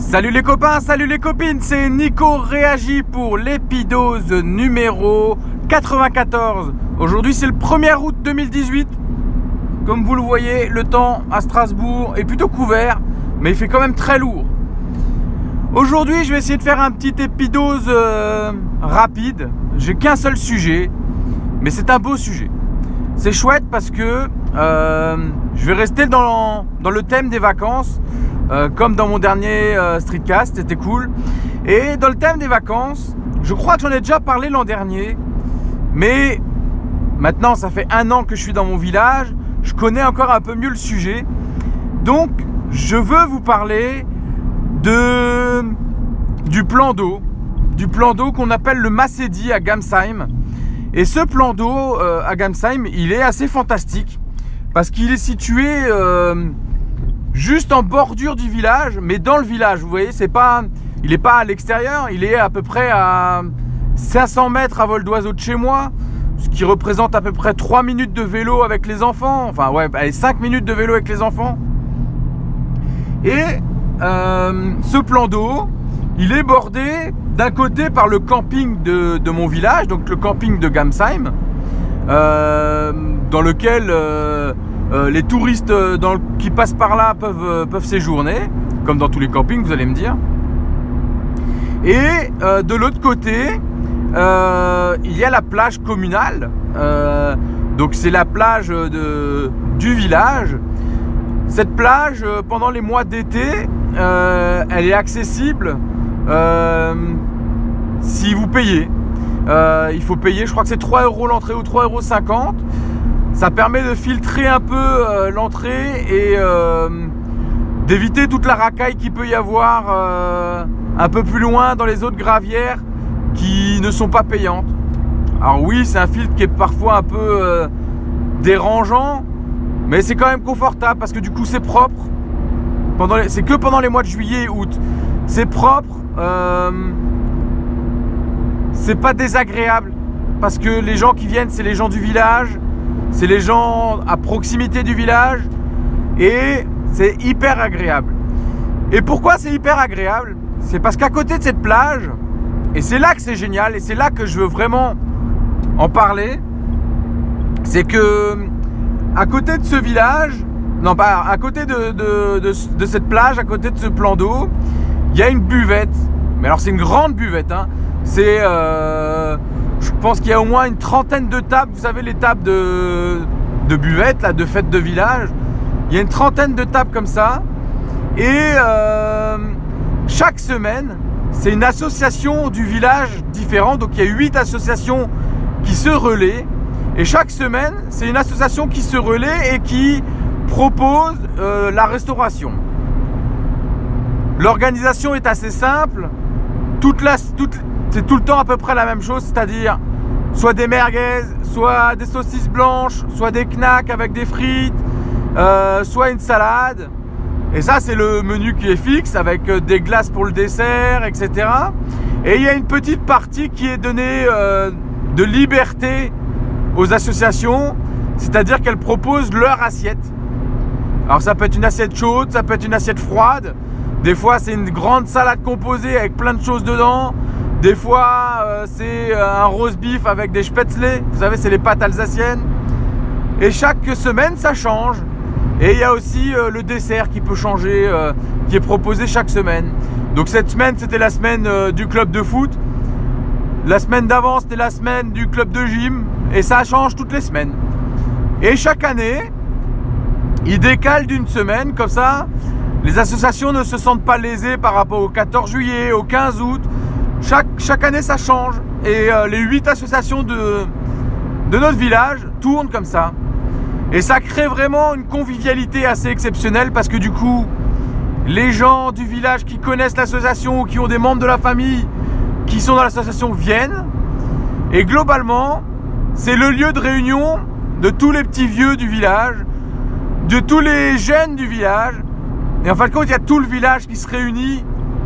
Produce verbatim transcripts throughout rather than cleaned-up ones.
Salut les copains, salut les copines, c'est Nico Réagi pour l'épidose numéro quatre-vingt-quatorze. Aujourd'hui c'est le premier août deux mille dix-huit. Comme vous le voyez, le temps à Strasbourg est plutôt couvert, mais il fait quand même très lourd. Aujourd'hui je vais essayer de faire un petit épidose euh, rapide. J'ai qu'un seul sujet, mais c'est un beau sujet. C'est chouette parce que euh, je vais rester dans, dans le thème des vacances. Euh, comme dans mon dernier euh, streetcast, c'était cool. Et dans le thème des vacances, je crois que j'en ai déjà parlé l'an dernier, mais maintenant ça fait un an que je suis dans mon village, je connais encore un peu mieux le sujet. Donc je veux vous parler de du plan d'eau, du plan d'eau qu'on appelle le Macédi à Gamsheim. Et ce plan d'eau euh, à Gamsheim, il est assez fantastique parce qu'il est situé euh, juste en bordure du village, mais dans le village. Vous voyez, c'est pas, il n'est pas à l'extérieur, il est à peu près à cinq cents mètres à vol d'oiseau de chez moi, ce qui représente à peu près trois minutes de vélo avec les enfants. Enfin, ouais, allez, cinq minutes de vélo avec les enfants. Et euh, ce plan d'eau, il est bordé d'un côté par le camping de, de mon village, donc le camping de Gamsheim, euh, dans lequel euh, Euh, les touristes euh, dans le, qui passent par là peuvent, euh, peuvent séjourner, comme dans tous les campings, vous allez me dire. Et euh, de l'autre côté, euh, il y a la plage communale. Euh, donc c'est la plage de, du village. Cette plage, euh, pendant les mois d'été, euh, elle est accessible euh, si vous payez. Euh, il faut payer, je crois que c'est trois euros l'entrée ou trois euros cinquante. Ça permet de filtrer un peu euh, l'entrée et euh, d'éviter toute la racaille qu'il peut y avoir euh, un peu plus loin dans les autres gravières qui ne sont pas payantes. Alors oui, c'est un filtre qui est parfois un peu euh, dérangeant, mais c'est quand même confortable parce que du coup c'est propre. Pendant les... C'est que pendant les mois de juillet et août. C'est propre, euh... c'est pas désagréable parce que les gens qui viennent, c'est les gens du village. C'est les gens à proximité du village et c'est hyper agréable. Et pourquoi c'est hyper agréable? C'est parce qu'à côté de cette plage, et c'est là que c'est génial, et c'est là que je veux vraiment en parler, c'est que à côté de ce village, non pas à côté de, de, de, de cette plage, à côté de ce plan d'eau, il y a une buvette. Mais alors c'est une grande buvette, hein. C'est... Euh, Je pense qu'il y a au moins une trentaine de tables. Vous savez, les tables de, de buvette, là, de fête de village. Il y a une trentaine de tables comme ça. Et euh, chaque semaine, c'est une association du village différente. Donc il y a huit associations qui se relaient. Et chaque semaine, c'est une association qui se relaie et qui propose euh, la restauration. L'organisation est assez simple. Toute la... Toute, C'est tout le temps à peu près la même chose, c'est-à-dire soit des merguez, soit des saucisses blanches, soit des knacks avec des frites, euh, soit une salade. Et ça, c'est le menu qui est fixe avec des glaces pour le dessert, et cetera. Et il y a une petite partie qui est donnée euh, de liberté aux associations, c'est-à-dire qu'elles proposent leur assiette. Alors ça peut être une assiette chaude, ça peut être une assiette froide. Des fois, c'est une grande salade composée avec plein de choses dedans. Des fois, euh, c'est un roast beef avec des spätzle. Vous savez, c'est les pâtes alsaciennes. Et chaque semaine, ça change. Et il y a aussi euh, le dessert qui peut changer, euh, qui est proposé chaque semaine. Donc cette semaine, c'était la semaine euh, du club de foot. La semaine d'avant, c'était la semaine du club de gym. Et ça change toutes les semaines. Et chaque année, ils décalent d'une semaine. Comme ça, les associations ne se sentent pas lésées par rapport au quatorze juillet, au quinze août. Chaque, chaque année, ça change. Et euh, les huit associations de, de notre village tournent comme ça. Et ça crée vraiment une convivialité assez exceptionnelle parce que du coup, les gens du village qui connaissent l'association ou qui ont des membres de la famille qui sont dans l'association viennent. Et globalement, c'est le lieu de réunion de tous les petits vieux du village, de tous les jeunes du village. Et en fin de compte, il y a tout le village qui se réunit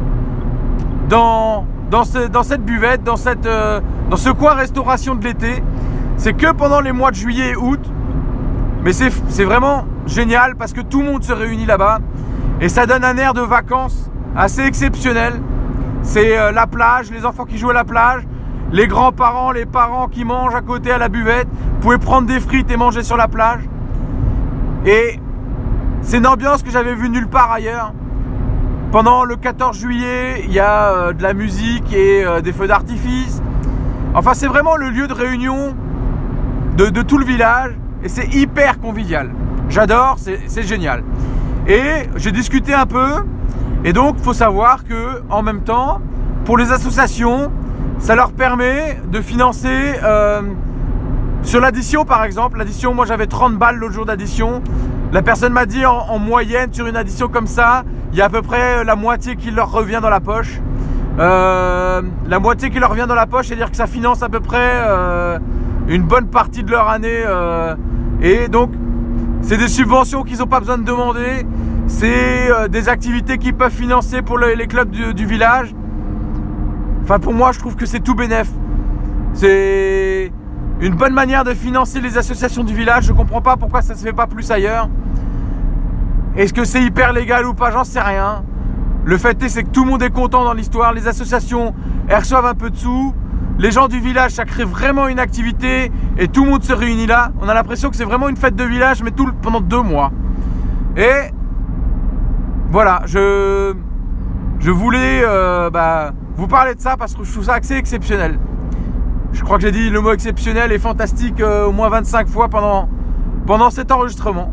dans... Dans, ce, dans cette buvette, dans, cette, euh, dans ce coin restauration de l'été. C'est que pendant les mois de juillet et août. Mais c'est vraiment génial parce que tout le monde se réunit là-bas. Et ça donne un air de vacances assez exceptionnel. C'est euh, la plage, les enfants qui jouent à la plage, les grands-parents, les parents qui mangent à côté à la buvette. Vous pouvez prendre des frites et manger sur la plage. Et c'est une ambiance que j'avais vue nulle part ailleurs. Pendant le quatorze juillet, il y a euh, de la musique et euh, des feux d'artifice. Enfin, c'est vraiment le lieu de réunion de, de tout le village. Et c'est hyper convivial. J'adore, c'est, c'est génial. Et j'ai discuté un peu. Et donc, il faut savoir que en même temps, pour les associations, ça leur permet de financer euh, sur l'addition, par exemple. L'addition, moi j'avais trente balles l'autre jour d'addition. La personne m'a dit en, en moyenne sur une addition comme ça, il y a à peu près la moitié qui leur revient dans la poche. Euh, la moitié qui leur revient dans la poche, c'est-à-dire que ça finance à peu près euh, une bonne partie de leur année. Euh, et donc, c'est des subventions qu'ils n'ont pas besoin de demander. C'est euh, des activités qu'ils peuvent financer pour le, les clubs du, du village. Enfin, pour moi, je trouve que c'est tout bénef. C'est une bonne manière de financer les associations du village. Je comprends pas pourquoi ça se fait pas plus ailleurs. Est-ce que c'est hyper légal ou pas? J'en sais rien. Le fait est, c'est que tout le monde est content dans l'histoire. Les associations, elles reçoivent un peu de sous. Les gens du village, ça crée vraiment une activité et tout le monde se réunit là. On a l'impression que c'est vraiment une fête de village, mais tout le, pendant deux mois. Et voilà, je, je voulais euh, bah, vous parler de ça parce que je trouve ça assez exceptionnel. Je crois que j'ai dit le mot exceptionnel et fantastique euh, au moins vingt-cinq fois pendant, pendant cet enregistrement.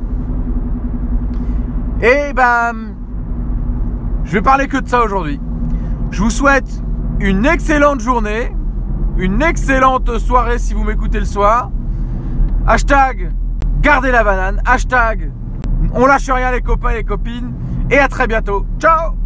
Et ben, je vais parler que de ça aujourd'hui. Je vous souhaite une excellente journée, une excellente soirée si vous m'écoutez le soir. Hashtag gardez la banane. Hashtag on lâche rien les copains et les copines. Et à très bientôt. Ciao!